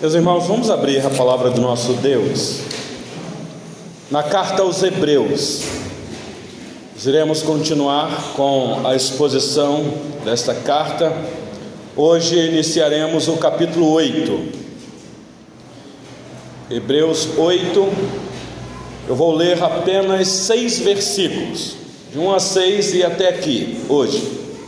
Meus irmãos, vamos abrir a palavra do nosso Deus na carta aos Hebreus. Nós iremos continuar com a exposição desta carta. Hoje iniciaremos o capítulo 8. Hebreus 8. Eu vou ler apenas 6 versículos, de 1 a 6 e até aqui, hoje.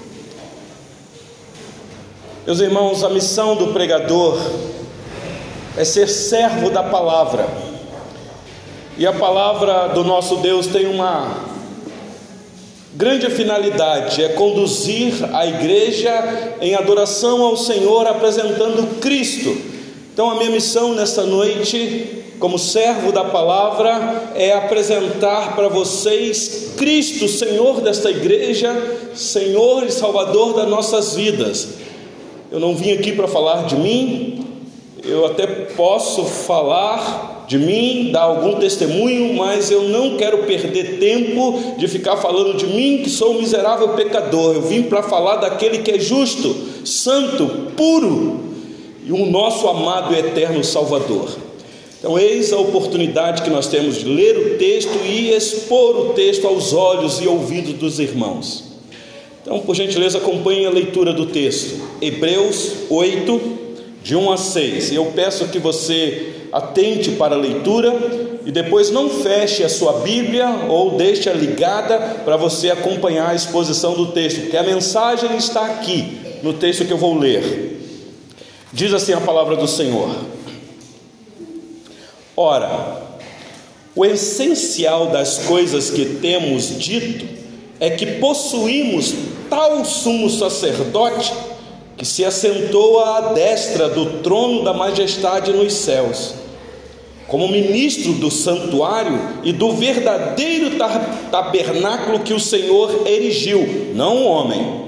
Meus irmãos, a missão do pregador é ser servo da palavra. E a palavra do nosso Deus tem uma grande finalidade, é conduzir a igreja em adoração ao Senhor, apresentando Cristo. Então a minha missão nesta noite, como servo da palavra, é apresentar para vocês Cristo, Senhor desta igreja, Senhor e Salvador das nossas vidas. Eu não vim aqui para falar de mim. Eu até posso falar de mim, dar algum testemunho, mas eu não quero perder tempo de ficar falando de mim, que sou um miserável pecador. Eu vim para falar daquele que é justo, santo, puro e o nosso amado e eterno Salvador. Então eis a oportunidade que nós temos de ler o texto e expor o texto aos olhos e ouvidos dos irmãos. Então, por gentileza, acompanhe a leitura do texto. Hebreus 8, de 1 a 6. Eu peço que você atente para a leitura e depois não feche a sua Bíblia ou deixe-a ligada para você acompanhar a exposição do texto, porque a mensagem está aqui no texto que eu vou ler. Diz assim a palavra do Senhor: Ora, o essencial das coisas que temos dito é que possuímos tal sumo sacerdote que se assentou à destra do trono da majestade nos céus, como ministro do santuário e do verdadeiro tabernáculo que o Senhor erigiu, não o homem.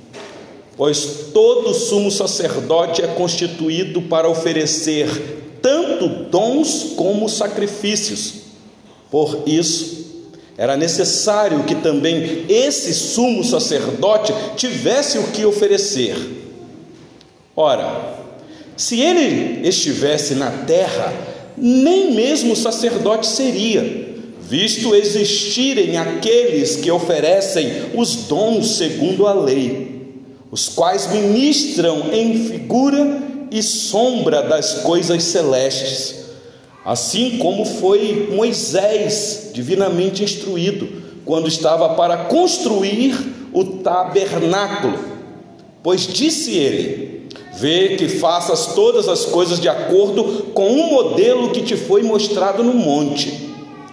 Pois todo sumo sacerdote é constituído para oferecer tanto dons como sacrifícios. Por isso, era necessário que também esse sumo sacerdote tivesse o que oferecer. Ora, se ele estivesse na terra, nem mesmo sacerdote seria, visto existirem aqueles que oferecem os dons segundo a lei, os quais ministram em figura e sombra das coisas celestes, assim como foi Moisés divinamente instruído, quando estava para construir o tabernáculo. Pois disse ele: vê que faças todas as coisas de acordo com um modelo que te foi mostrado no monte.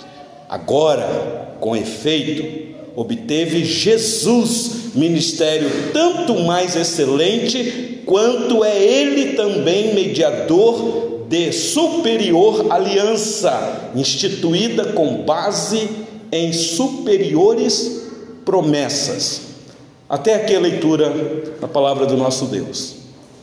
Agora, com efeito, obteve Jesus ministério tanto mais excelente, quanto é ele também mediador de superior aliança, instituída com base em superiores promessas. Até aqui a leitura da palavra do nosso Deus.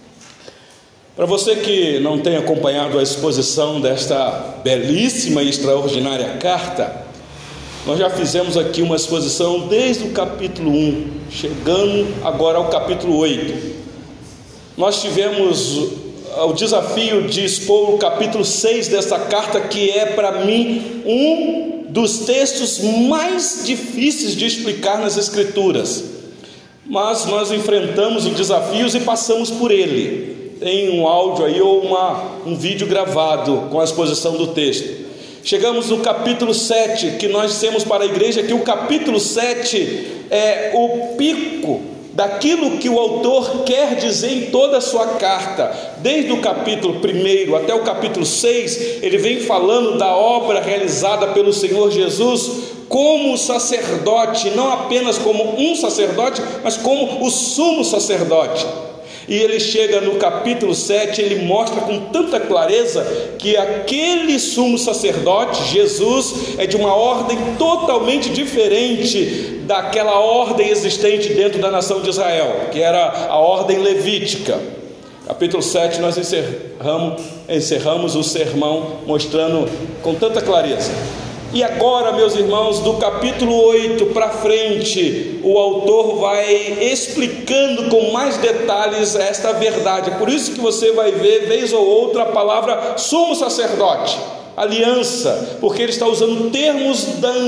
Para você que não tem acompanhado a exposição desta belíssima e extraordinária carta, nós já fizemos aqui uma exposição desde o capítulo 1, chegando agora ao capítulo 8. Nós tivemos o desafio de expor o capítulo 6 desta carta, que é para mim um dos textos mais difíceis de explicar nas Escrituras. Mas nós enfrentamos os desafios e passamos por ele. Tem um áudio aí ou um vídeo gravado com a exposição do texto. Chegamos no capítulo 7, que nós dissemos para a igreja que o capítulo 7 é o pico daquilo que o autor quer dizer em toda a sua carta. Desde o capítulo 1 até o capítulo 6, ele vem falando da obra realizada pelo Senhor Jesus como sacerdote, não apenas como um sacerdote, mas como o sumo sacerdote. E ele chega no capítulo 7, ele mostra com tanta clareza que aquele sumo sacerdote, Jesus, é de uma ordem totalmente diferente daquela ordem existente dentro da nação de Israel, que era a ordem levítica. Capítulo 7 nós encerramos o sermão mostrando com tanta clareza E agora, meus irmãos, do capítulo 8 para frente, o autor vai explicando com mais detalhes esta verdade. É por isso que você vai ver, vez ou outra, a palavra sumo sacerdote, aliança, porque ele está usando termos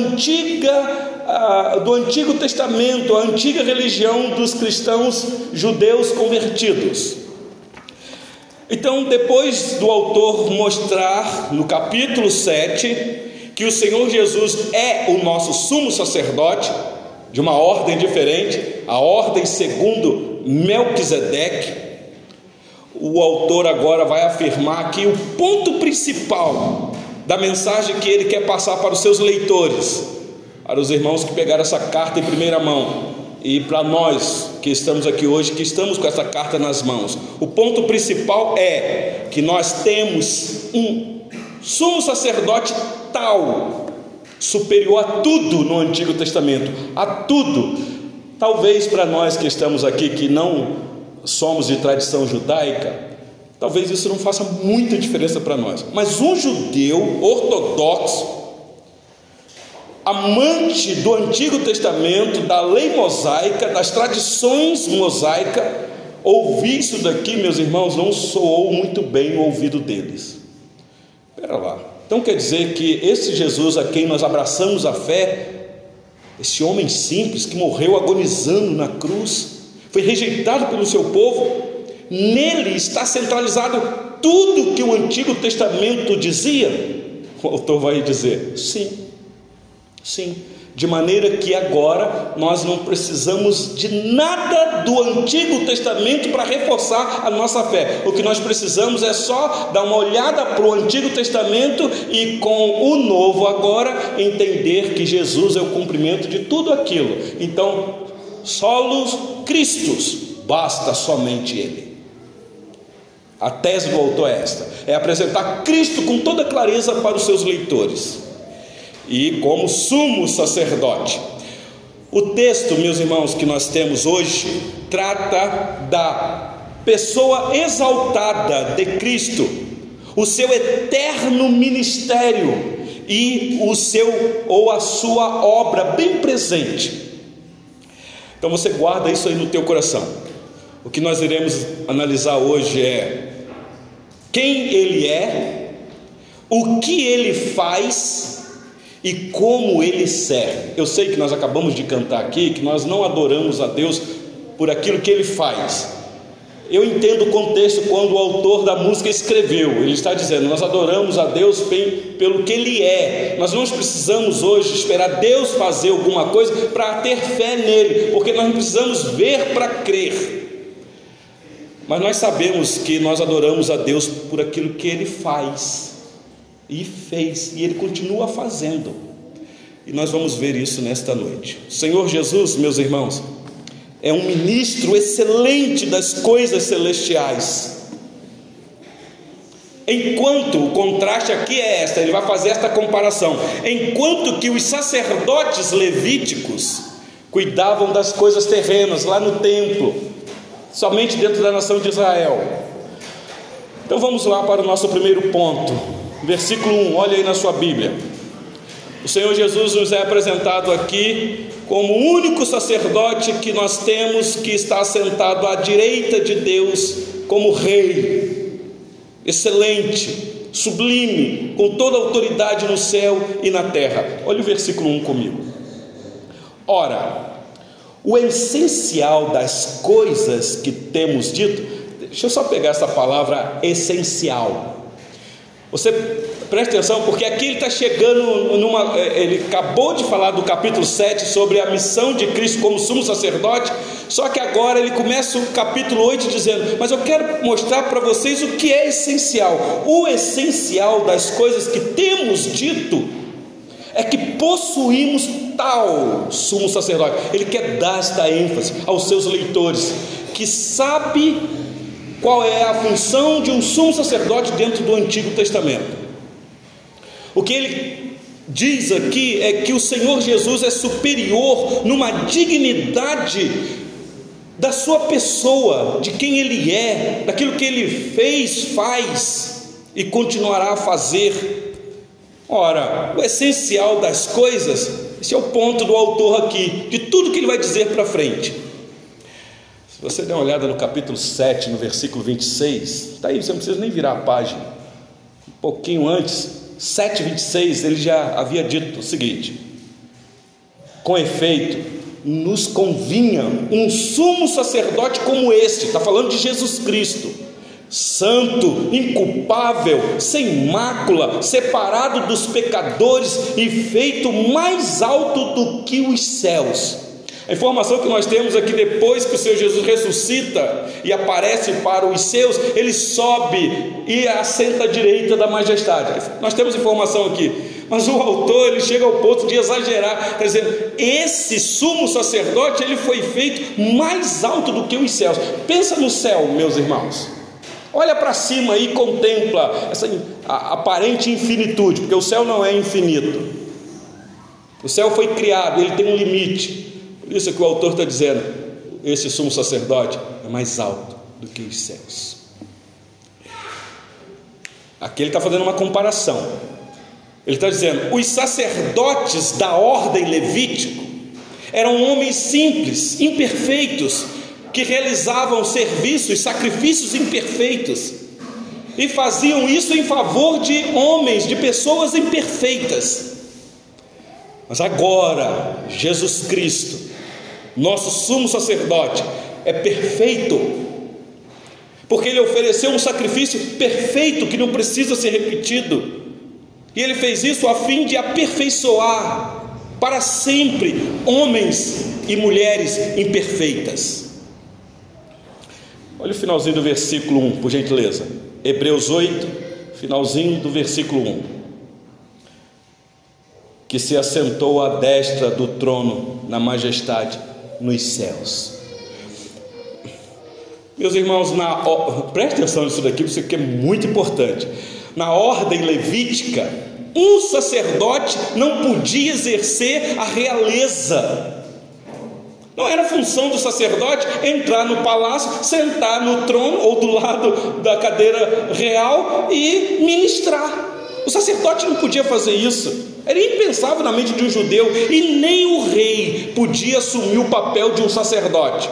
do Antigo Testamento, a antiga religião dos cristãos judeus convertidos. Então, depois do autor mostrar no capítulo 7 que o Senhor Jesus é o nosso sumo sacerdote, de uma ordem diferente, a ordem segundo Melquisedeque, o autor agora vai afirmar aqui o ponto principal da mensagem que ele quer passar para os seus leitores, para os irmãos que pegaram essa carta em primeira mão, e para nós que estamos aqui hoje, que estamos com essa carta nas mãos. O ponto principal é que nós temos um sumo sacerdote tal, superior a tudo no Antigo Testamento, a tudo. Talvez para nós que estamos aqui, que não somos de tradição judaica, talvez isso não faça muita diferença para nós, mas um judeu ortodoxo, amante do Antigo Testamento, da lei mosaica, das tradições mosaicas, ouvir isso daqui, meus irmãos, não soou muito bem o ouvido deles. Espera lá, então quer dizer que esse Jesus a quem nós abraçamos a fé, esse homem simples que morreu agonizando na cruz, foi rejeitado pelo seu povo, nele está centralizado tudo que o Antigo Testamento dizia? O autor vai dizer, sim, de maneira que agora nós não precisamos de nada do Antigo Testamento para reforçar a nossa fé. O que nós precisamos é só dar uma olhada para o Antigo Testamento e com o Novo agora entender que Jesus é o cumprimento de tudo aquilo. Então, solos Christus, basta somente Ele. A tese do autor é esta, é apresentar Cristo com toda clareza para os seus leitores, e como sumo sacerdote. O texto, meus irmãos, que nós temos hoje, trata da pessoa exaltada de Cristo, o seu eterno ministério e a sua obra bem presente. Então você guarda isso aí no teu coração. O que nós iremos analisar hoje é quem Ele é, o que Ele faz e como Ele serve. Eu sei que nós acabamos de cantar aqui que nós não adoramos a Deus por aquilo que Ele faz. Eu entendo o contexto quando o autor da música escreveu. Ele está dizendo, nós adoramos a Deus pelo que Ele é. Nós não precisamos hoje esperar Deus fazer alguma coisa para ter fé nele, porque nós não precisamos ver para crer. Mas nós sabemos que nós adoramos a Deus por aquilo que Ele faz e fez, e Ele continua fazendo, e nós vamos ver isso nesta noite. O Senhor Jesus, meus irmãos, é um ministro excelente das coisas celestiais. Enquanto, o contraste aqui é ele vai fazer esta comparação, enquanto que os sacerdotes levíticos cuidavam das coisas terrenas, lá no templo, somente dentro da nação de Israel. Então vamos lá para o nosso primeiro ponto. Versículo 1, olha aí na sua Bíblia. O Senhor Jesus nos é apresentado aqui como o único sacerdote que nós temos, que está sentado à direita de Deus como rei, excelente, sublime, com toda a autoridade no céu e na terra. Olha o versículo 1 comigo. Ora, o essencial das coisas que temos dito, deixa eu só pegar essa palavra essencial. Você presta atenção, porque aqui ele está chegando ele acabou de falar do capítulo 7 sobre a missão de Cristo como sumo sacerdote, só que agora ele começa o capítulo 8 dizendo, mas eu quero mostrar para vocês o que é essencial. O essencial das coisas que temos dito é que possuímos tal sumo sacerdote. Ele quer dar esta ênfase aos seus leitores, que sabe qual é a função de um sumo sacerdote dentro do Antigo Testamento. O que ele diz aqui é que o Senhor Jesus é superior numa dignidade da sua pessoa, de quem Ele é, daquilo que Ele fez, faz e continuará a fazer. Ora, o essencial das coisas, esse é o ponto do autor aqui, de tudo que ele vai dizer para frente. Se você der uma olhada no capítulo 7, no versículo 26, está aí, você não precisa nem virar a página. Um pouquinho antes, 7,26, ele já havia dito o seguinte: com efeito, nos convinha um sumo sacerdote como este, está falando de Jesus Cristo, santo, inculpável, sem mácula, separado dos pecadores e feito mais alto do que os céus. A informação que nós temos aqui, depois que o Senhor Jesus ressuscita e aparece para os seus, ele sobe e assenta à direita da majestade. Nós temos informação aqui, mas o autor, ele chega ao ponto de exagerar, quer dizer, esse sumo sacerdote, ele foi feito mais alto do que os céus. Pensa no céu, meus irmãos, olha para cima e contempla essa aparente infinitude, porque o céu não é infinito, o céu foi criado, ele tem um limite. Por isso é que o autor está dizendo, esse sumo sacerdote é mais alto do que os céus. Aqui ele está fazendo uma comparação. Ele está dizendo, os sacerdotes da ordem levítica eram homens simples, imperfeitos, que realizavam serviços, sacrifícios imperfeitos, e faziam isso em favor de homens, de pessoas imperfeitas. Mas agora, Jesus Cristo, nosso sumo sacerdote, é perfeito, porque ele ofereceu um sacrifício perfeito, que não precisa ser repetido, e ele fez isso a fim de aperfeiçoar para sempre homens e mulheres imperfeitas. Olha o finalzinho do versículo 1, por gentileza. Hebreus 8, finalzinho do versículo 1. Que se assentou à destra do trono na majestade nos céus. Meus irmãos, preste atenção nisso daqui, porque é muito importante. Na ordem levítica, um sacerdote não podia exercer a realeza. Não era função do sacerdote entrar no palácio, sentar no trono ou do lado da cadeira real e ministrar. O sacerdote não podia fazer isso. Era impensável na mente de um judeu, e nem o rei podia assumir o papel de um sacerdote.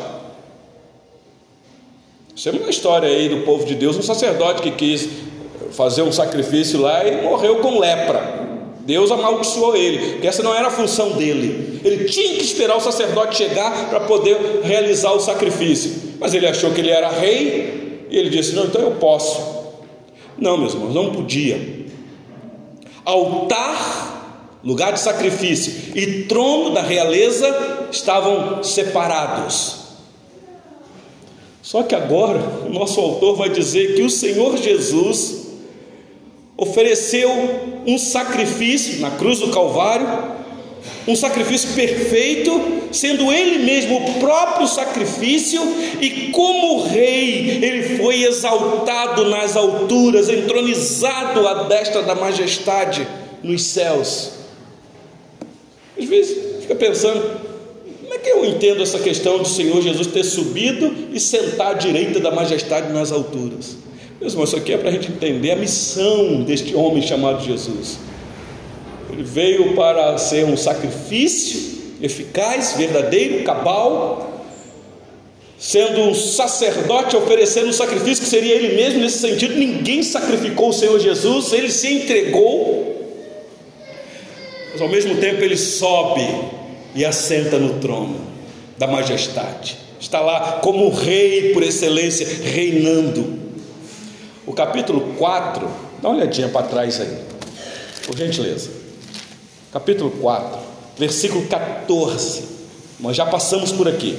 Isso é uma história aí do povo de Deus, um sacerdote que quis fazer um sacrifício lá e morreu com lepra. Deus amaldiçoou ele, porque essa não era a função dele. Ele tinha que esperar o sacerdote chegar para poder realizar o sacrifício, mas ele achou que ele era rei, e ele disse, não, então eu posso. Não, meus irmãos, não podia. Altar, lugar de sacrifício, e trono da realeza estavam separados. Só que agora o nosso autor vai dizer que o Senhor Jesus ofereceu um sacrifício na cruz do Calvário, um sacrifício perfeito, sendo ele mesmo o próprio sacrifício, e como rei ele foi exaltado nas alturas, entronizado à destra da majestade nos céus. Às vezes fica pensando, como é que eu entendo essa questão do Senhor Jesus ter subido e sentar à direita da majestade nas alturas? Meus irmãos, isso aqui é para a gente entender a missão deste homem chamado Jesus. Ele veio para ser um sacrifício eficaz, verdadeiro, cabal, sendo um sacerdote, oferecendo um sacrifício que seria ele mesmo. Nesse sentido, ninguém sacrificou o Senhor Jesus, ele se entregou, mas ao mesmo tempo ele sobe e assenta no trono da majestade, está lá como rei por excelência, reinando. O capítulo 4, dá uma olhadinha para trás aí, por gentileza. Capítulo 4, versículo 14, nós já passamos por aqui.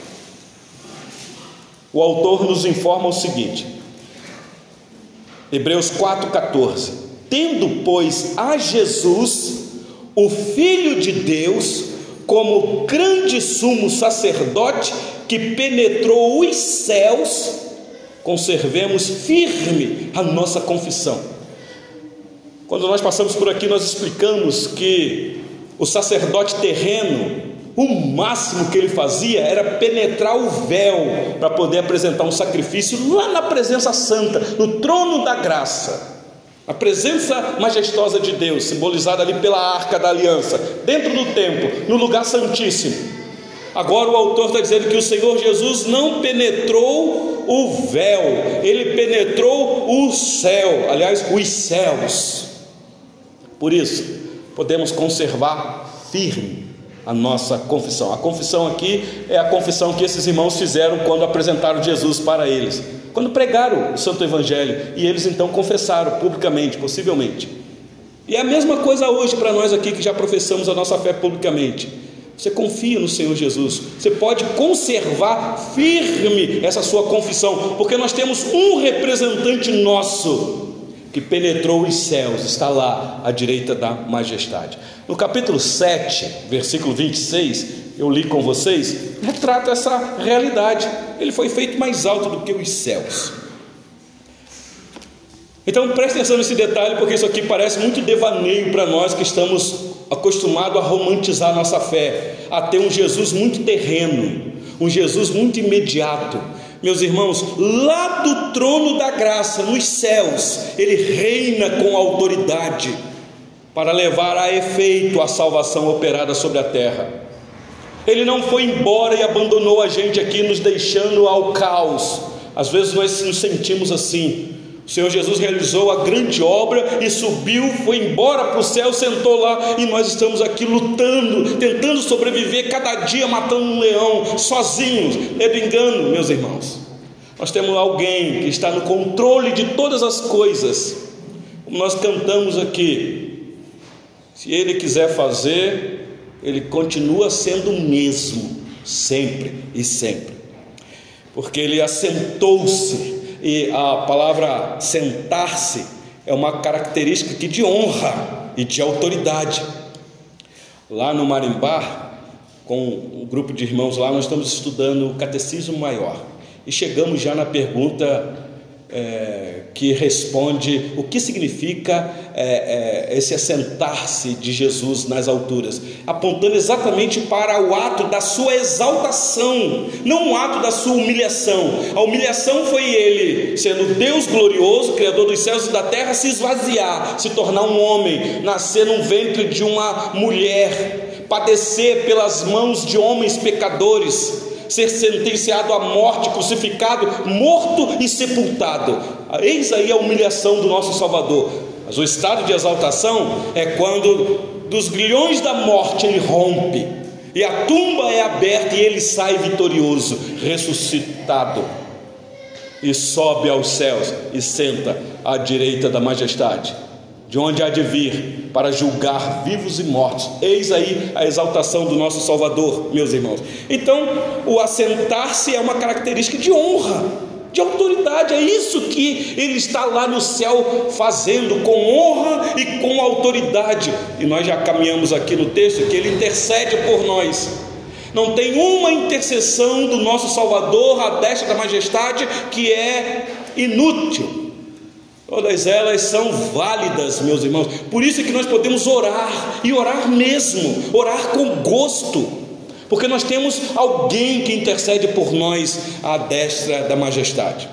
O autor nos informa o seguinte, Hebreus 4,14: tendo, pois, a Jesus, o Filho de Deus, como grande sumo sacerdote que penetrou os céus, conservemos firme a nossa confissão. Quando nós passamos por aqui, nós explicamos que o sacerdote terreno, o máximo que ele fazia era penetrar o véu para poder apresentar um sacrifício lá na presença santa, no trono da graça. A presença majestosa de Deus, simbolizada ali pela Arca da Aliança, dentro do templo, no lugar santíssimo. Agora o autor está dizendo que o Senhor Jesus não penetrou o véu, ele penetrou o céu, aliás, os céus. Por isso, podemos conservar firme a nossa confissão. A confissão aqui é a confissão que esses irmãos fizeram quando apresentaram Jesus para eles, quando pregaram o Santo Evangelho, e eles então confessaram publicamente, possivelmente. E é a mesma coisa hoje para nós aqui que já professamos a nossa fé publicamente. Você confia no Senhor Jesus, você pode conservar firme essa sua confissão, porque nós temos um representante nosso que penetrou os céus, está lá à direita da majestade. No capítulo 7, versículo 26, eu li com vocês, retrata essa realidade. Ele foi feito mais alto do que os céus. Então preste atenção nesse detalhe, porque isso aqui parece muito devaneio para nós que estamos acostumados a romantizar a nossa fé, a ter um Jesus muito terreno, um Jesus muito imediato. Meus irmãos, lá do trono da graça, nos céus, ele reina com autoridade para levar a efeito a salvação operada sobre a terra. Ele não foi embora e abandonou a gente aqui, nos deixando ao caos. Às vezes nós nos sentimos assim. O Senhor Jesus realizou a grande obra e subiu, foi embora para o céu, sentou lá, e nós estamos aqui lutando, tentando sobreviver, cada dia matando um leão, sozinhos. É do engano, meus irmãos. Nós temos alguém que está no controle de todas as coisas. Como nós cantamos aqui, se Ele quiser fazer, Ele continua sendo o mesmo, sempre e sempre, porque Ele assentou-se. E a palavra sentar-se é uma característica aqui de honra e de autoridade. Lá no Marimbá, com um grupo de irmãos lá, nós estamos estudando o Catecismo Maior, e chegamos já na pergunta que responde o que significa esse assentar-se de Jesus nas alturas, apontando exatamente para o ato da sua exaltação, não o ato da sua humilhação. A humilhação foi ele, sendo Deus glorioso, Criador dos céus e da terra, se esvaziar, se tornar um homem, nascer num ventre de uma mulher, padecer pelas mãos de homens pecadores, ser sentenciado à morte, crucificado, morto e sepultado. Eis aí a humilhação do nosso Salvador. Mas o estado de exaltação é quando dos grilhões da morte ele rompe, e a tumba é aberta e ele sai vitorioso, ressuscitado, e sobe aos céus e senta à direita da majestade, de onde há de vir para julgar vivos e mortos. Eis aí a exaltação do nosso Salvador, meus irmãos. Então, o assentar-se é uma característica de honra, de autoridade. É isso que ele está lá no céu fazendo, com honra e com autoridade. E nós já caminhamos aqui no texto que ele intercede por nós. Não tem uma intercessão do nosso Salvador à destra da majestade que é inútil. Todas elas são válidas, meus irmãos. Por isso é que nós podemos orar, e orar mesmo, orar com gosto, porque nós temos alguém que intercede por nós à destra da majestade.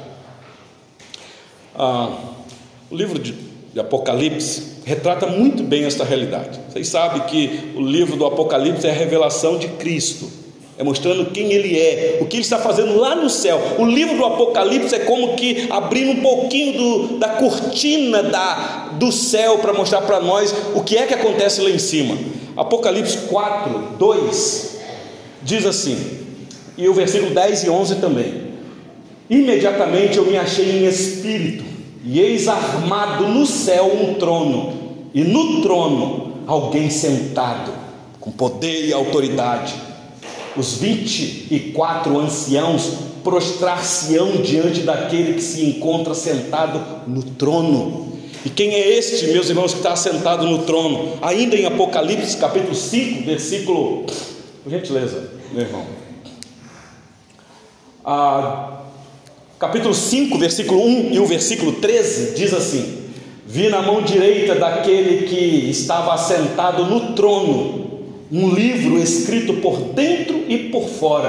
O livro de Apocalipse retrata muito bem esta realidade. Vocês sabem que o livro do Apocalipse é a revelação de Cristo, é mostrando quem Ele é, o que Ele está fazendo lá no céu. O livro do Apocalipse é como que abrindo um pouquinho da cortina do céu para mostrar para nós o que é que acontece lá em cima. Apocalipse 4, 2 diz assim, e o versículo 10 e 11 também: imediatamente eu me achei em espírito, e eis armado no céu um trono, e no trono alguém sentado, com poder e autoridade. Os 24 anciãos prostrar-se-ão diante daquele que se encontra sentado no trono. E quem é este, meus irmãos, que está sentado no trono? Ainda em Apocalipse capítulo 5, versículo, por gentileza, meu irmão, capítulo 5, versículo 1 e o versículo 13 diz assim: vi na mão direita daquele que estava assentado no trono um livro escrito por dentro e por fora,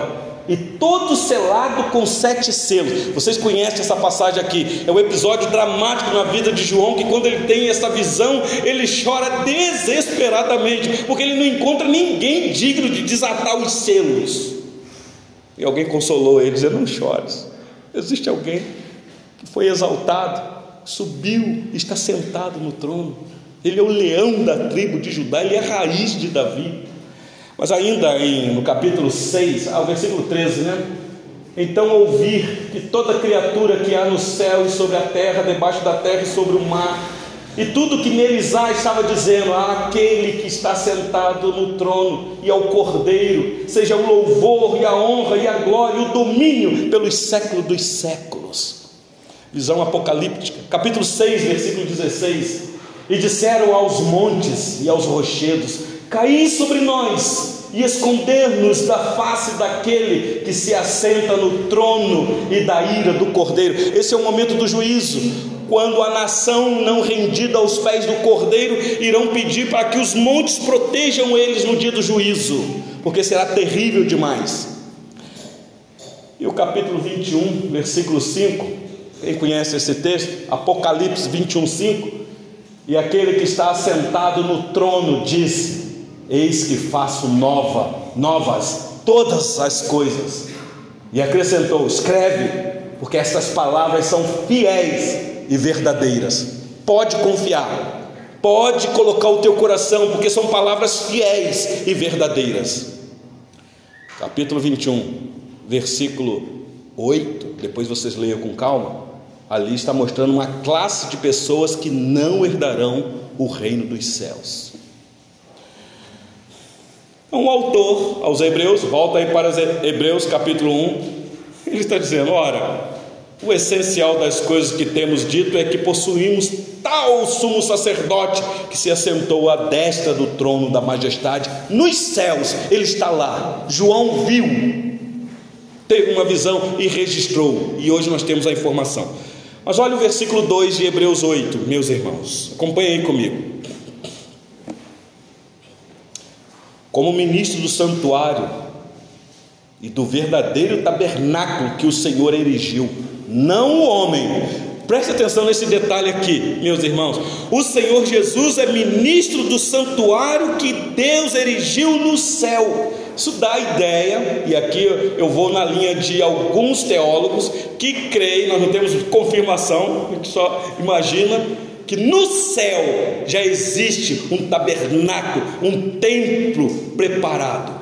e todo selado com 7 selos. Vocês conhecem essa passagem aqui, é um episódio dramático na vida de João, que quando ele tem essa visão, ele chora desesperadamente, porque ele não encontra ninguém digno de desatar os selos. E alguém consolou ele, dizendo: não chores, existe alguém que foi exaltado, subiu, está sentado no trono. Ele é o leão da tribo de Judá, ele é a raiz de Davi. Mas ainda no capítulo 6, ao versículo 13, né? Então ouvir que toda criatura que há no céu e sobre a terra, debaixo da terra e sobre o mar, e tudo que neles há, estava dizendo: àquele que está sentado no trono e ao Cordeiro seja o louvor e a honra e a glória e o domínio pelos séculos dos séculos. Visão apocalíptica, capítulo 6, versículo 16. E disseram aos montes e aos rochedos: caí sobre nós e esconder-nos da face daquele que se assenta no trono e da ira do Cordeiro. Esse é o momento do juízo, quando a nação não rendida aos pés do Cordeiro irão pedir para que os montes protejam eles no dia do juízo, porque será terrível demais. E o capítulo 21, versículo 5, quem conhece esse texto? Apocalipse 21, 5. E aquele que está assentado no trono disse: eis que faço novas todas as coisas. E acrescentou: escreve, porque estas palavras são fiéis e verdadeiras. Pode confiar, pode colocar o teu coração, porque são palavras fiéis e verdadeiras. Capítulo 21, versículo 8, depois vocês leiam com calma. Ali está mostrando uma classe de pessoas que não herdarão o reino dos céus. Um autor aos Hebreus, volta aí para Hebreus capítulo 1, ele está dizendo: ora, o essencial das coisas que temos dito é que possuímos tal sumo sacerdote que se assentou à destra do trono da majestade nos céus. Ele está lá. João viu, teve uma visão e registrou, e hoje nós temos a informação. Mas olha o versículo 2 de Hebreus 8, meus irmãos, acompanhem aí comigo. Como ministro do santuário e do verdadeiro tabernáculo que o Senhor erigiu, não o homem. Preste atenção nesse detalhe aqui, meus irmãos. O Senhor Jesus é ministro do santuário que Deus erigiu no céu. Isso dá a ideia, e aqui eu vou na linha de alguns teólogos que creem, nós não temos confirmação, a gente só imagina que no céu já existe um tabernáculo, um templo preparado,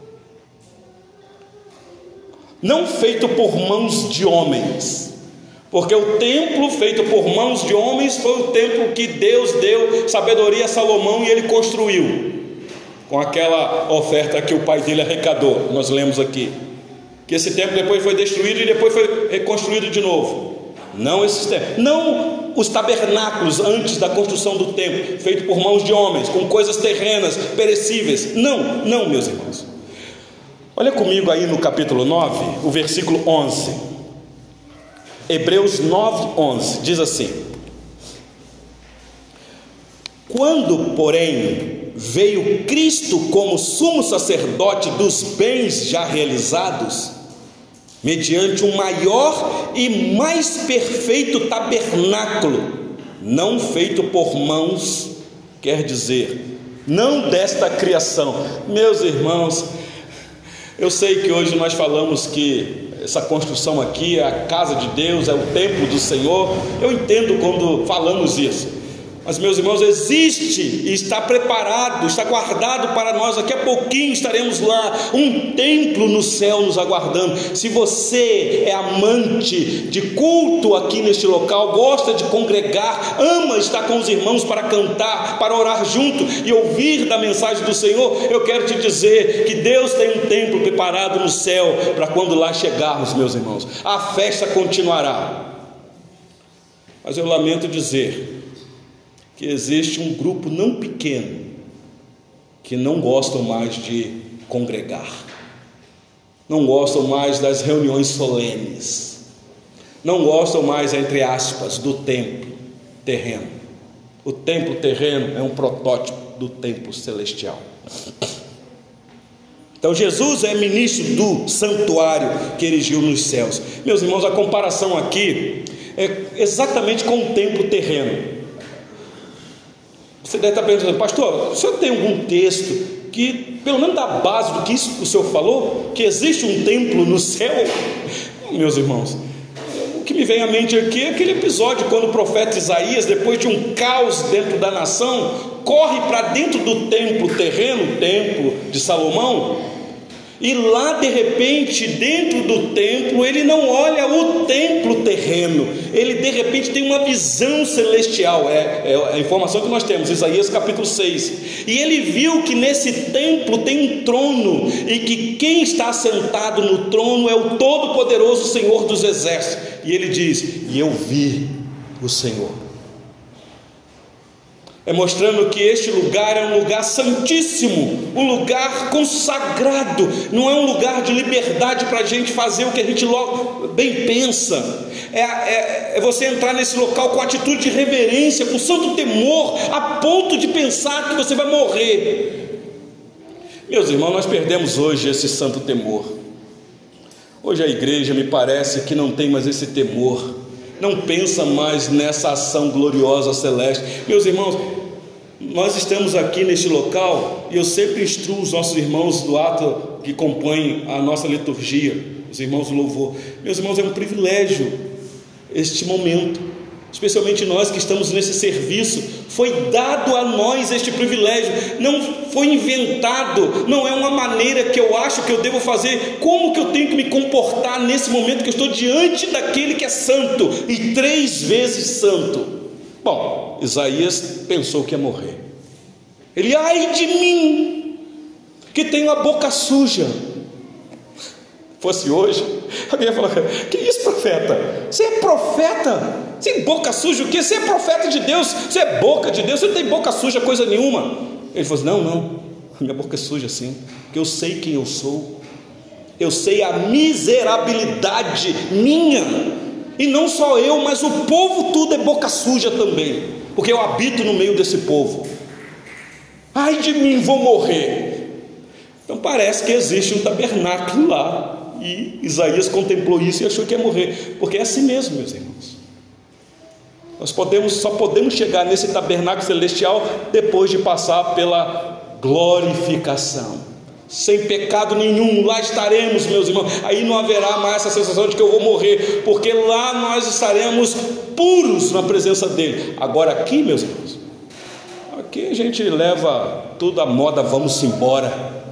não feito por mãos de homens, porque o templo feito por mãos de homens foi o templo que Deus deu sabedoria a Salomão e ele construiu, com aquela oferta que o pai dele arrecadou. Nós lemos aqui que esse templo depois foi destruído e depois foi reconstruído de novo. Não esses templos, não os tabernáculos antes da construção do templo, feito por mãos de homens, com coisas terrenas, perecíveis. Não, meus irmãos. Olha comigo aí no capítulo 9, o versículo 11. Hebreus 9, 11, diz assim: quando, porém, veio Cristo como sumo sacerdote dos bens já realizados, mediante um maior e mais perfeito tabernáculo, não feito por mãos, quer dizer, não desta criação. Meus irmãos, eu sei que hoje nós falamos que essa construção aqui é a casa de Deus, é o templo do Senhor. Eu entendo quando falamos isso, mas, meus irmãos, existe e está preparado, está guardado para nós. Daqui a pouquinho estaremos lá, um templo no céu nos aguardando. Se você é amante de culto aqui neste local, gosta de congregar, ama estar com os irmãos para cantar, para orar junto e ouvir da mensagem do Senhor, eu quero te dizer que Deus tem um templo preparado no céu para quando lá chegarmos, meus irmãos. A festa continuará. Mas eu lamento dizer que existe um grupo não pequeno que não gostam mais de congregar, não gostam mais das reuniões solenes, não gostam mais, entre aspas, do templo terreno. O templo terreno é um protótipo do templo celestial. Então Jesus é ministro do santuário que erigiu nos céus. Meus irmãos, a comparação aqui é exatamente com o templo terreno. Você deve estar perguntando: pastor, o senhor tem algum texto que pelo menos dá base do que isso que o senhor falou, que existe um templo no céu? Meus irmãos, o que me vem à mente aqui é aquele episódio quando o profeta Isaías, depois de um caos dentro da nação, corre para dentro do templo terreno, o templo de Salomão, e lá de repente, dentro do templo, ele não olha o templo terreno, ele de repente tem uma visão celestial. É a informação que nós temos, Isaías capítulo 6. E ele viu que nesse templo tem um trono, e que quem está sentado no trono é o Todo-Poderoso Senhor dos Exércitos. E ele diz: e eu vi o Senhor. É mostrando que este lugar é um lugar santíssimo, um lugar consagrado, não é um lugar de liberdade para a gente fazer o que a gente logo bem pensa. É você entrar nesse local com atitude de reverência, com santo temor, a ponto de pensar que você vai morrer. Meus irmãos, nós perdemos hoje esse santo temor. Hoje a igreja me parece que não tem mais esse temor, não pensa mais nessa ação gloriosa celeste. Meus irmãos, nós estamos aqui neste local, e eu sempre instruo os nossos irmãos do ato que compõem a nossa liturgia, os irmãos do louvor. Meus irmãos, é um privilégio este momento, especialmente nós que estamos nesse serviço. Foi dado a nós este privilégio, não foi inventado, não é uma maneira que eu acho que eu devo fazer. Como que eu tenho que me comportar nesse momento que eu estou diante daquele que é santo e 3 vezes santo? Bom, Isaías pensou que ia morrer. Ele: ai de mim, que tenho a boca suja. Fosse hoje, alguém ia falar: que isso, profeta? Você é profeta? Você tem boca suja o quê? Você é profeta de Deus, você é boca de Deus, você não tem boca suja coisa nenhuma. Ele falou assim: não, minha boca é suja sim, porque eu sei quem eu sou, eu sei a miserabilidade minha, e não só eu, mas o povo tudo é boca suja também, porque eu habito no meio desse povo. Ai de mim, vou morrer. Então parece que existe um tabernáculo lá, e Isaías contemplou isso e achou que ia morrer, porque é assim mesmo, meus irmãos. Nós só podemos chegar nesse tabernáculo celestial depois de passar pela glorificação, sem pecado nenhum. Lá estaremos, meus irmãos. Aí não haverá mais essa sensação de que eu vou morrer, porque lá nós estaremos puros na presença dele. Agora aqui, meus irmãos, aqui a gente leva tudo à moda, vamos embora,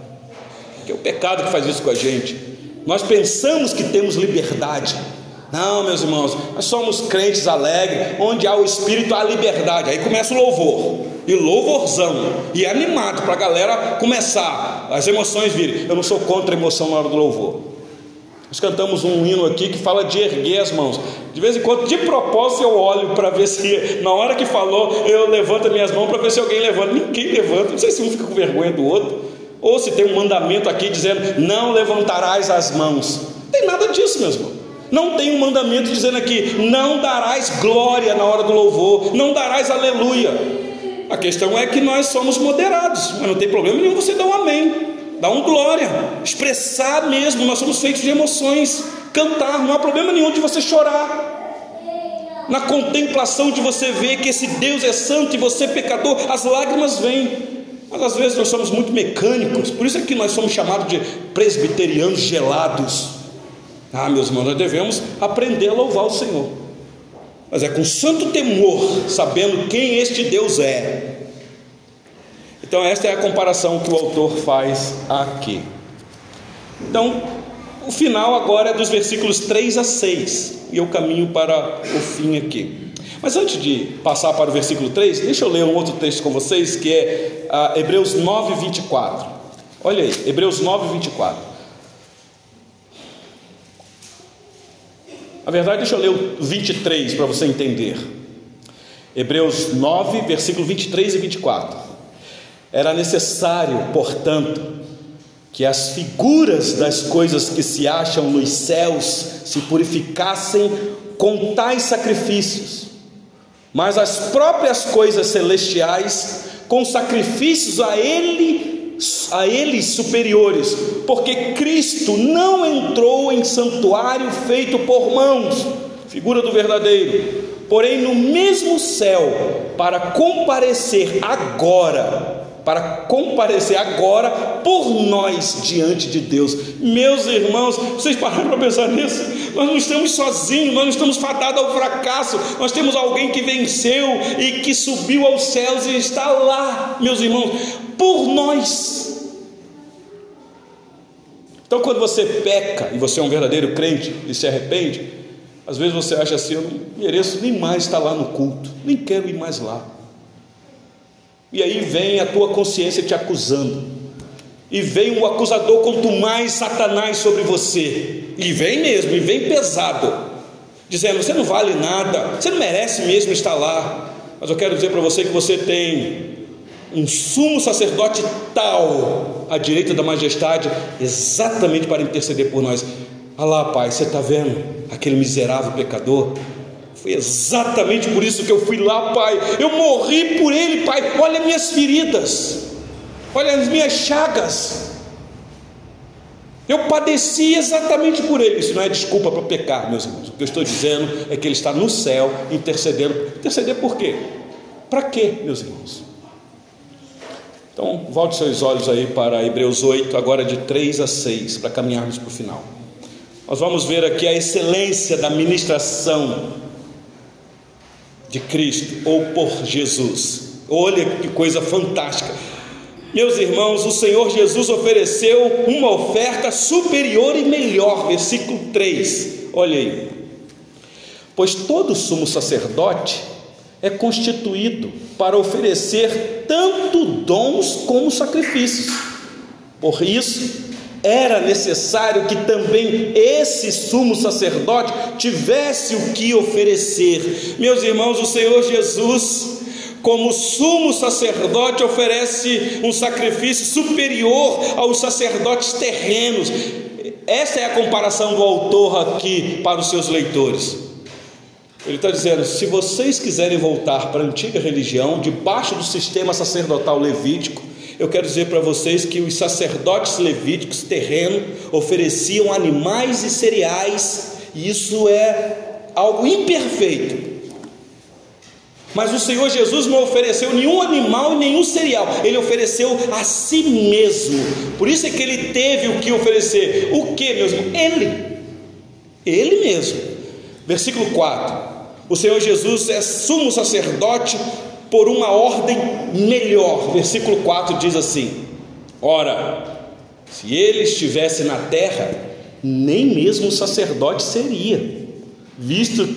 que é o pecado que faz isso com a gente. Nós pensamos que temos liberdade. Não, meus irmãos, nós somos crentes alegres, onde há o Espírito há a liberdade. Aí começa o louvor, e louvorzão, e animado para a galera começar, as emoções virem. Eu não sou contra a emoção na hora do louvor. Nós cantamos um hino aqui que fala de erguer as mãos. De vez em quando, de propósito, eu olho para ver se, na hora que falou, eu levanto as minhas mãos para ver se alguém levanta. Ninguém levanta, não sei se um fica com vergonha do outro, ou se tem um mandamento aqui dizendo: não levantarás as mãos. Não tem nada disso, meus irmãos. Não tem um mandamento dizendo aqui: não darás glória na hora do louvor, não darás aleluia. A questão é que nós somos moderados, mas não tem problema nenhum você dar um amém, dar um glória, expressar mesmo. Nós somos feitos de emoções, cantar, não há problema nenhum de você chorar. Na contemplação de você ver que esse Deus é santo e você é pecador, as lágrimas vêm. Mas às vezes nós somos muito mecânicos, por isso é que nós somos chamados de presbiterianos gelados. Meus irmãos, nós devemos aprender a louvar o Senhor, mas é com santo temor, sabendo quem este Deus é. Então esta é a comparação que o autor faz aqui. Então o final agora é dos versículos 3 a 6, e eu caminho para o fim aqui. Mas antes de passar para o versículo 3, deixa eu ler um outro texto com vocês, que é Hebreus 9, 24. Olha aí, Hebreus 9, 24. Na verdade, deixa eu ler o 23 para você entender. Hebreus 9, versículo 23 e 24. Era necessário, portanto, que as figuras das coisas que se acham nos céus se purificassem com tais sacrifícios, mas as próprias coisas celestiais com sacrifícios a ele a eles superiores, porque Cristo não entrou em santuário feito por mãos, figura do verdadeiro, porém no mesmo céu, para comparecer agora por nós diante de Deus. Meus irmãos, vocês pararam para pensar nisso? Nós não estamos sozinhos, nós não estamos fadados ao fracasso, nós temos alguém que venceu e que subiu aos céus e está lá, meus irmãos, por nós. Então quando você peca e você é um verdadeiro crente e se arrepende, às vezes você acha assim: eu não mereço nem mais estar lá no culto, nem quero ir mais lá. E aí vem a tua consciência te acusando, e vem o acusador quanto mais Satanás sobre você, e vem mesmo, e vem pesado, dizendo: você não vale nada, você não merece mesmo estar lá. Mas eu quero dizer para você que você tem um sumo sacerdote tal à direita da majestade, exatamente para interceder por nós. Ah lá, Pai, você está vendo aquele miserável pecador? Foi exatamente por isso que eu fui lá, Pai. Eu morri por ele, Pai. Olha minhas feridas, olha as minhas chagas. Eu padeci exatamente por ele. Isso não é desculpa para pecar, meus irmãos. O que eu estou dizendo é que ele está no céu intercedendo. Interceder por quê? Para quê, meus irmãos? Então, volte seus olhos aí para Hebreus 8, agora de 3 a 6, para caminharmos para o final. Nós vamos ver aqui a excelência da ministração de Cristo, ou por Jesus. Olha que coisa fantástica, meus irmãos. O Senhor Jesus ofereceu uma oferta superior e melhor, versículo 3, olha aí: pois todo sumo sacerdote é constituído para oferecer tanto dons como sacrifícios. Por isso era necessário que também esse sumo sacerdote tivesse o que oferecer. Meus irmãos, o Senhor Jesus, como sumo sacerdote, oferece um sacrifício superior aos sacerdotes terrenos. Essa é a comparação do autor aqui para os seus leitores. Ele está dizendo: se vocês quiserem voltar para a antiga religião, debaixo do sistema sacerdotal levítico, eu quero dizer para vocês que os sacerdotes levíticos terrenos ofereciam animais e cereais, e isso é algo imperfeito. Mas o Senhor Jesus não ofereceu nenhum animal e nenhum cereal, ele ofereceu a si mesmo. Por isso é que ele teve o que oferecer. O que, meus irmãos? Ele mesmo. Versículo 4: o Senhor Jesus é sumo sacerdote por uma ordem melhor. Versículo 4 diz assim: ora, se ele estivesse na terra, nem mesmo sacerdote seria, visto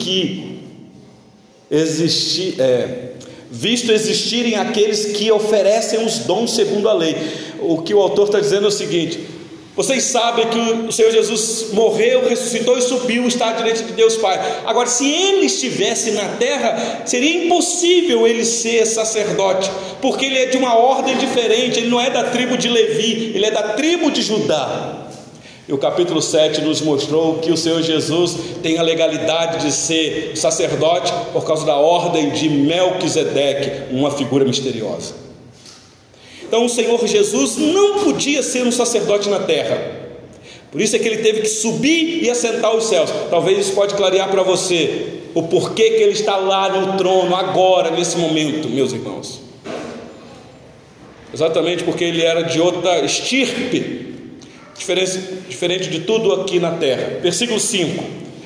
existirem aqueles que oferecem os dons segundo a lei. O que o autor está dizendo é o seguinte: vocês sabem que o Senhor Jesus morreu, ressuscitou e subiu, está à direita de Deus Pai. Agora, se ele estivesse na terra, seria impossível ele ser sacerdote, porque ele é de uma ordem diferente. Ele não é da tribo de Levi, ele é da tribo de Judá. E o capítulo 7 nos mostrou que o Senhor Jesus tem a legalidade de ser sacerdote por causa da ordem de Melquisedeque, uma figura misteriosa. Então o Senhor Jesus não podia ser um sacerdote na terra, por isso é que ele teve que subir e assentar os céus. Talvez isso pode clarear para você o porquê que ele está lá no trono agora, nesse momento, meus irmãos. Exatamente porque ele era de outra estirpe, diferente de tudo aqui na terra. Versículo 5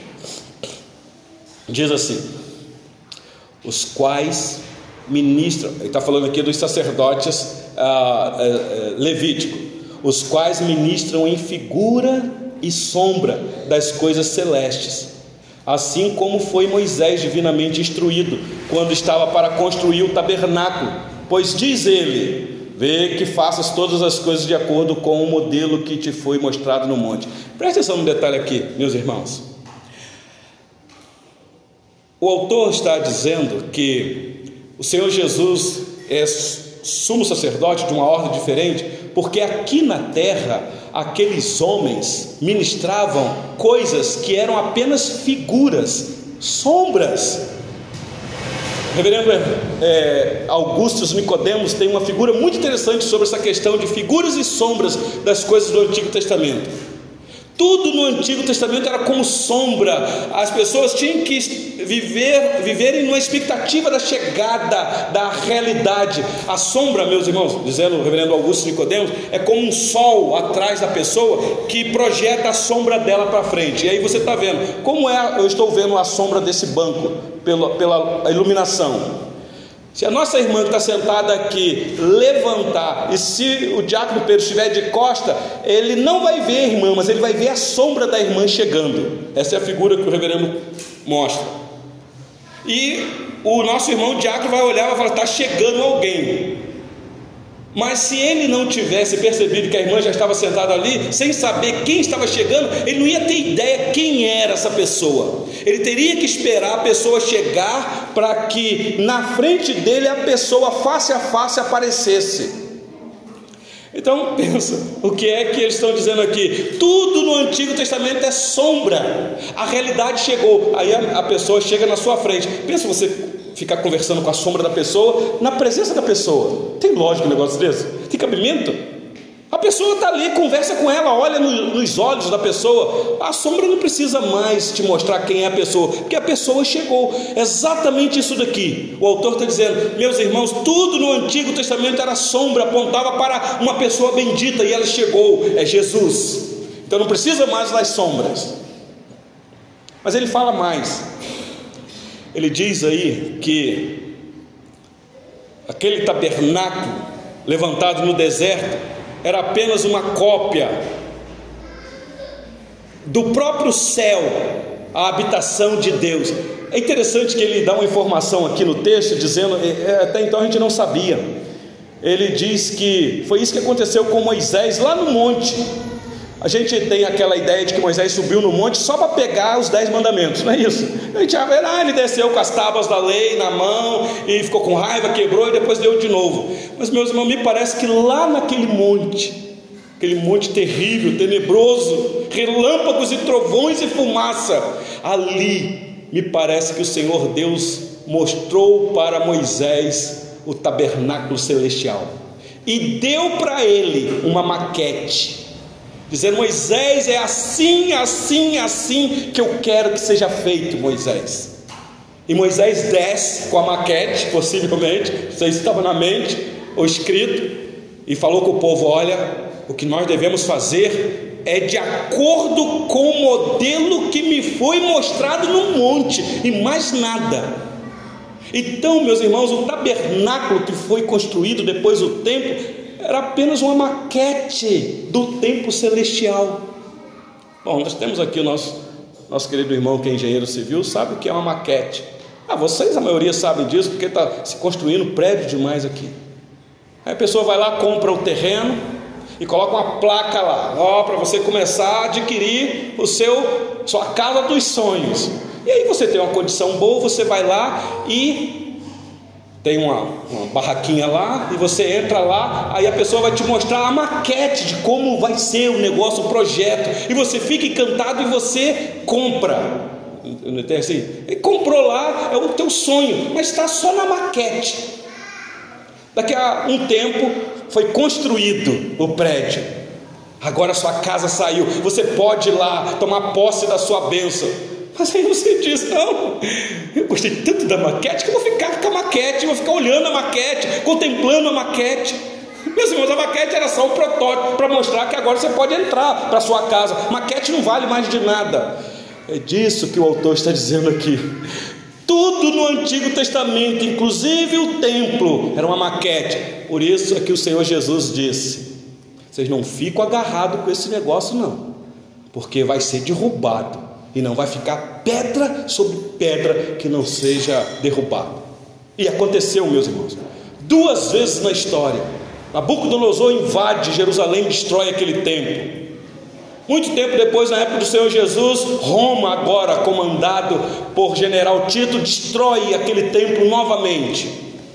diz assim: os quais ministram, ele está falando aqui dos sacerdotes levíticos, os quais ministram em figura e sombra das coisas celestes, assim como foi Moisés divinamente instruído quando estava para construir o tabernáculo, pois diz ele: vê que faças todas as coisas de acordo com o modelo que te foi mostrado no monte. Presta atenção no detalhe aqui, meus irmãos. O autor está dizendo que o Senhor Jesus é sumo sacerdote de uma ordem diferente, porque aqui na terra aqueles homens ministravam coisas que eram apenas figuras, sombras. O reverendo Augustus Nicodemos tem uma figura muito interessante sobre essa questão de figuras e sombras das coisas do Antigo Testamento. Tudo no Antigo Testamento era como sombra. As pessoas tinham que viverem numa expectativa da chegada da realidade. A sombra, meus irmãos, dizendo o reverendo Augusto Nicodemos, é como um sol atrás da pessoa que projeta a sombra dela para frente. E aí você está vendo, como eu estou vendo a sombra desse banco pela iluminação. Se a nossa irmã que está sentada aqui levantar, e se o diácono Pedro estiver de costa, ele não vai ver a irmã, mas ele vai ver a sombra da irmã chegando. Essa é a figura que o reverendo mostra. E o nosso irmão diácono vai olhar e vai falar: está chegando alguém. Mas se ele não tivesse percebido que a irmã já estava sentada ali, sem saber quem estava chegando, ele não ia ter ideia quem era essa pessoa. Ele teria que esperar a pessoa chegar para que na frente dele a pessoa face a face aparecesse. Então pensa, o que é que eles estão dizendo aqui? Tudo no Antigo Testamento é sombra. A realidade chegou, aí a pessoa chega na sua frente. Pensa você ficar conversando com a sombra da pessoa na presença da pessoa. Tem lógica um negócio desse? Tem cabimento? A pessoa está ali, conversa com ela, olha nos olhos da pessoa. A sombra não precisa mais te mostrar quem é a pessoa, porque a pessoa chegou. Exatamente isso daqui. O autor está dizendo: meus irmãos, tudo no Antigo Testamento era sombra, apontava para uma pessoa bendita, e ela chegou, é Jesus. Então não precisa mais das sombras. Mas ele fala mais. Ele diz aí que aquele tabernáculo levantado no deserto era apenas uma cópia do próprio céu, a habitação de Deus. É interessante que ele dá uma informação aqui no texto, dizendo, até então a gente não sabia. Ele diz que foi isso que aconteceu com Moisés lá no monte. A gente tem aquela ideia de que Moisés subiu no monte só para pegar os 10 mandamentos, não é isso? A gente vai ver, ele desceu com as tábuas da lei na mão e ficou com raiva, quebrou e depois deu de novo. Mas, meus irmãos, me parece que lá naquele monte, aquele monte terrível, tenebroso, relâmpagos e trovões e fumaça, ali me parece que o Senhor Deus mostrou para Moisés o tabernáculo celestial e deu para ele uma maquete, dizendo: Moisés, é assim, assim, assim que eu quero que seja feito, Moisés. E Moisés desce com a maquete, possivelmente, não sei se estava na mente ou escrito, e falou com o povo: olha, o que nós devemos fazer é de acordo com o modelo que me foi mostrado no monte, e mais nada. Então, meus irmãos, o tabernáculo que foi construído depois do templo era apenas uma maquete do templo celestial. Bom, nós temos aqui o nosso querido irmão que é engenheiro civil, sabe o que é uma maquete. Vocês, a maioria, sabem disso, porque está se construindo prédio demais aqui. Aí a pessoa vai lá, compra o terreno e coloca uma placa lá, para você começar a adquirir sua casa dos sonhos. E aí você tem uma condição boa, você vai lá e tem uma barraquinha lá, e você entra lá, aí a pessoa vai te mostrar a maquete de como vai ser o negócio, o projeto, e você fica encantado e você compra. Assim, e comprou lá, é o teu sonho, mas está só na maquete. Daqui a um tempo foi construído o prédio, agora a sua casa saiu, você pode ir lá tomar posse da sua bênção. Mas aí você diz: não, eu gostei tanto da maquete que eu vou ficar com a maquete, vou ficar olhando a maquete, contemplando a maquete. Meus irmãos, a maquete era só um protótipo para mostrar que agora você pode entrar para a sua casa. Maquete não vale mais de nada. É disso que o autor está dizendo aqui. Tudo no Antigo Testamento, inclusive o templo, era uma maquete. Por isso é que o Senhor Jesus disse: vocês não ficam agarrados com esse negócio não, porque vai ser derrubado, e não vai ficar pedra sobre pedra que não seja derrubado. E aconteceu, meus irmãos, 2 vezes na história. Nabucodonosor invade Jerusalém, destrói aquele templo. Muito tempo depois, na época do Senhor Jesus, Roma, agora comandado por general Tito, destrói aquele templo novamente.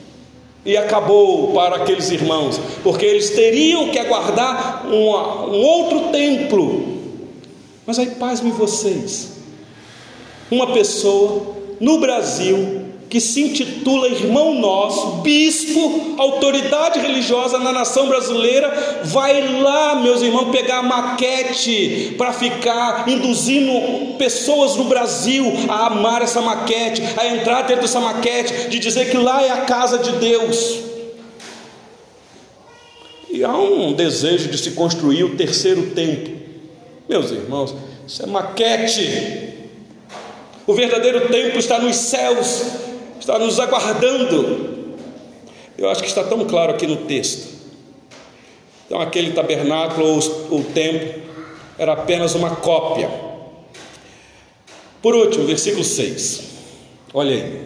E acabou para aqueles irmãos, porque eles teriam que aguardar um outro templo. Mas aí, pasmem vocês, uma pessoa no Brasil que se intitula irmão nosso, bispo, autoridade religiosa na nação brasileira, vai lá, meus irmãos, pegar a maquete para ficar induzindo pessoas no Brasil a amar essa maquete, a entrar dentro dessa maquete, de dizer que lá é a casa de Deus. E há um desejo de se construir o terceiro templo. Meus irmãos, isso é maquete. O verdadeiro templo está nos céus, está nos aguardando. Eu acho que está tão claro aqui no texto. Então aquele tabernáculo ou templo era apenas uma cópia. Por último, versículo 6. Olha aí.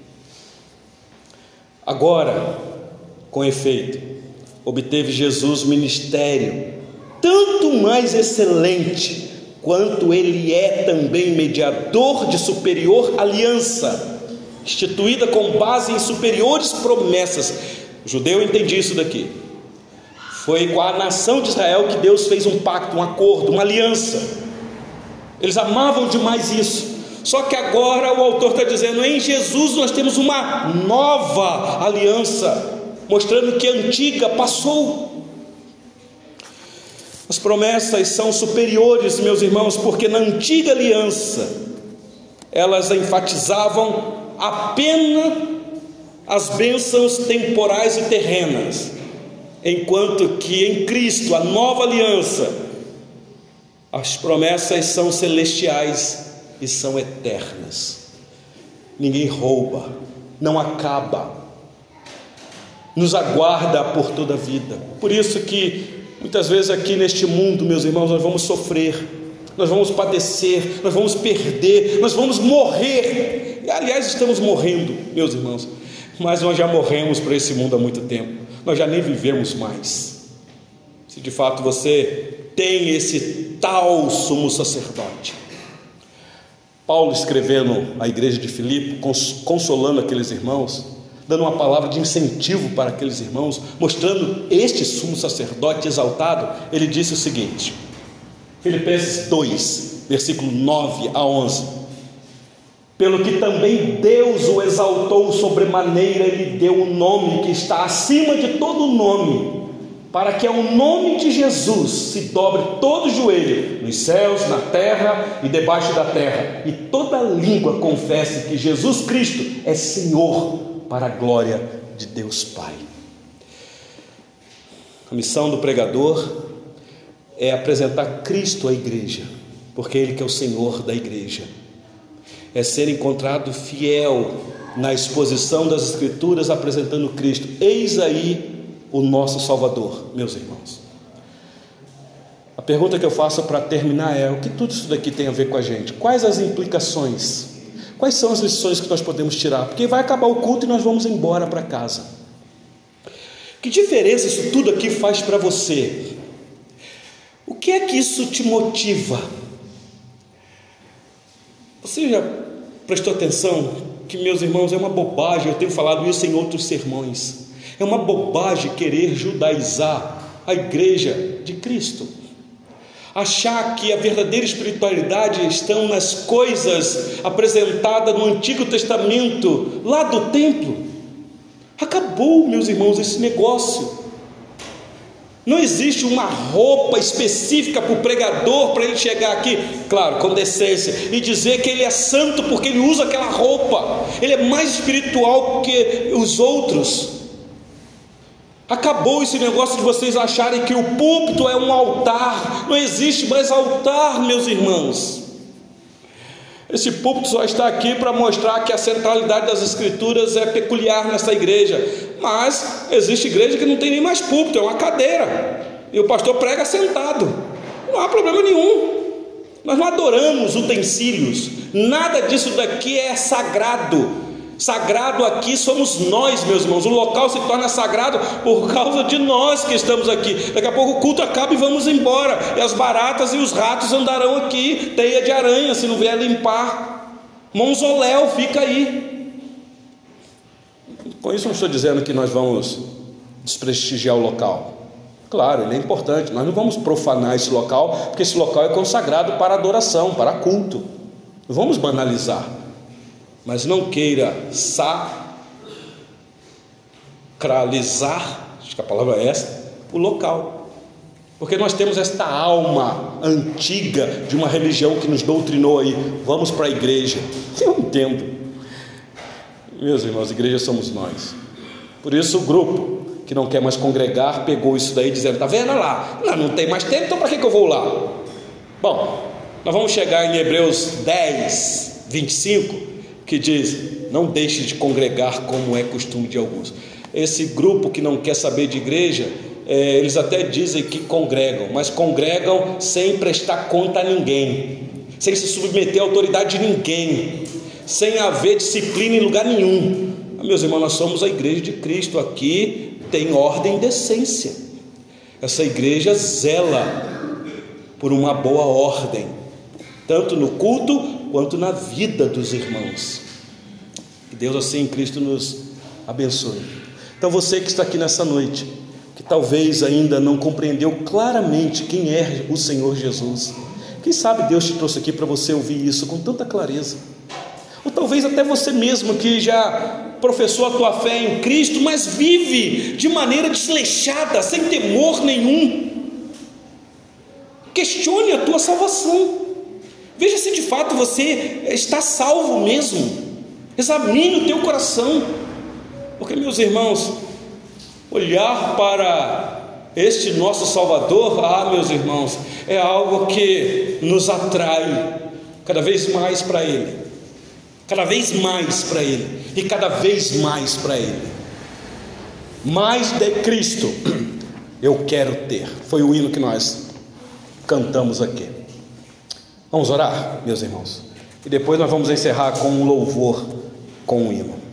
Agora, com efeito, obteve Jesus ministério tanto mais excelente, quanto ele é também mediador de superior aliança, instituída com base em superiores promessas. O judeu entende isso daqui. Foi com a nação de Israel que Deus fez um pacto, um acordo, uma aliança. Eles amavam demais isso. Só que agora o autor está dizendo: em Jesus nós temos uma nova aliança, mostrando que a antiga passou. As promessas são superiores, meus irmãos, porque na antiga aliança elas enfatizavam apenas as bênçãos temporais e terrenas, enquanto que em Cristo, a nova aliança, as promessas são celestiais e são eternas. Ninguém rouba, não acaba, nos aguarda por toda a vida. Por isso que muitas vezes aqui neste mundo, meus irmãos, nós vamos sofrer, nós vamos padecer, nós vamos perder, nós vamos morrer. E, aliás, estamos morrendo, meus irmãos, mas nós já morremos para esse mundo há muito tempo, nós já nem vivemos mais. Se de fato você tem esse tal sumo sacerdote. Paulo, escrevendo à igreja de Filipe, consolando aqueles irmãos, dando uma palavra de incentivo para aqueles irmãos, mostrando este sumo sacerdote exaltado, ele disse o seguinte, Filipenses 2, versículo 9 a 11: pelo que também Deus o exaltou sobremaneira, e lhe deu um nome que está acima de todo nome, para que ao nome de Jesus se dobre todo joelho, nos céus, na terra e debaixo da terra, e toda língua confesse que Jesus Cristo é Senhor, para a glória de Deus Pai. A missão do pregador é apresentar Cristo à igreja, porque Ele que é o Senhor da igreja. É ser encontrado fiel na exposição das Escrituras, apresentando Cristo. Eis aí o nosso Salvador, meus irmãos. A pergunta que eu faço para terminar é: o que tudo isso daqui tem a ver com a gente? Quais as implicações? Quais são as lições que nós podemos tirar? Porque vai acabar o culto e nós vamos embora para casa. Que diferença isso tudo aqui faz para você? O que é que isso te motiva? Você já prestou atenção que, meus irmãos, é uma bobagem, eu tenho falado isso em outros sermões, é uma bobagem querer judaizar a igreja de Cristo, achar que a verdadeira espiritualidade estão nas coisas apresentadas no Antigo Testamento, lá do templo. Acabou, meus irmãos, esse negócio. Não existe uma roupa específica para o pregador, para ele chegar aqui, claro, com decência, e dizer que ele é santo porque ele usa aquela roupa, ele é mais espiritual que os outros. Acabou esse negócio de vocês acharem que o púlpito é um altar. Não existe mais altar, meus irmãos. Esse púlpito só está aqui para mostrar que a centralidade das Escrituras é peculiar nessa igreja. Mas existe igreja que não tem nem mais púlpito, é uma cadeira, e o pastor prega sentado. Não há problema nenhum. Nós não adoramos utensílios. Nada disso daqui é sagrado. Sagrado aqui somos nós, meus irmãos. O local se torna sagrado por causa de nós que estamos aqui. Daqui a pouco o culto acaba e vamos embora, e as baratas e os ratos andarão aqui, teia de aranha, se não vier limpar. Mausoléu fica aí. Com isso não estou dizendo que nós vamos desprestigiar o local. Claro, ele é importante. Nós não vamos profanar esse local, porque esse local é consagrado para adoração, para culto. Não vamos banalizar. mas não queira sacralizar, acho que a palavra é essa, o local, porque nós temos esta alma antiga de uma religião que nos doutrinou aí, vamos para a igreja. Eu entendo, meus irmãos, a igreja somos nós. Por isso o grupo que não quer mais congregar pegou isso daí, dizendo, está vendo lá, não tem mais tempo, então para que eu vou lá? Bom, nós vamos chegar em Hebreus 10, 25, que diz, não deixe de congregar como é costume de alguns. Esse grupo que não quer saber de igreja, eles até dizem que congregam, mas congregam sem prestar conta a ninguém, sem se submeter à autoridade de ninguém, sem haver disciplina em lugar nenhum. Meus irmãos, nós somos a igreja de Cristo, aqui tem ordem e decência. Essa igreja zela por uma boa ordem, tanto no culto quanto na vida dos irmãos. Que Deus assim em Cristo nos abençoe. Então você que está aqui nessa noite, que talvez ainda não compreendeu claramente quem é o Senhor Jesus, quem sabe Deus te trouxe aqui para você ouvir isso com tanta clareza. Ou talvez até você mesmo que já professou a tua fé em Cristo, mas vive de maneira desleixada, sem temor nenhum. Questione a tua salvação, veja se de fato você está salvo mesmo, examine o teu coração, porque, meus irmãos, olhar para este nosso Salvador, meus irmãos, é algo que nos atrai cada vez mais para Ele, cada vez mais para Ele, e cada vez mais para Ele. Mais de Cristo eu quero ter. Foi o hino que nós cantamos aqui. Vamos orar, meus irmãos, e depois nós vamos encerrar com um louvor, com um hino.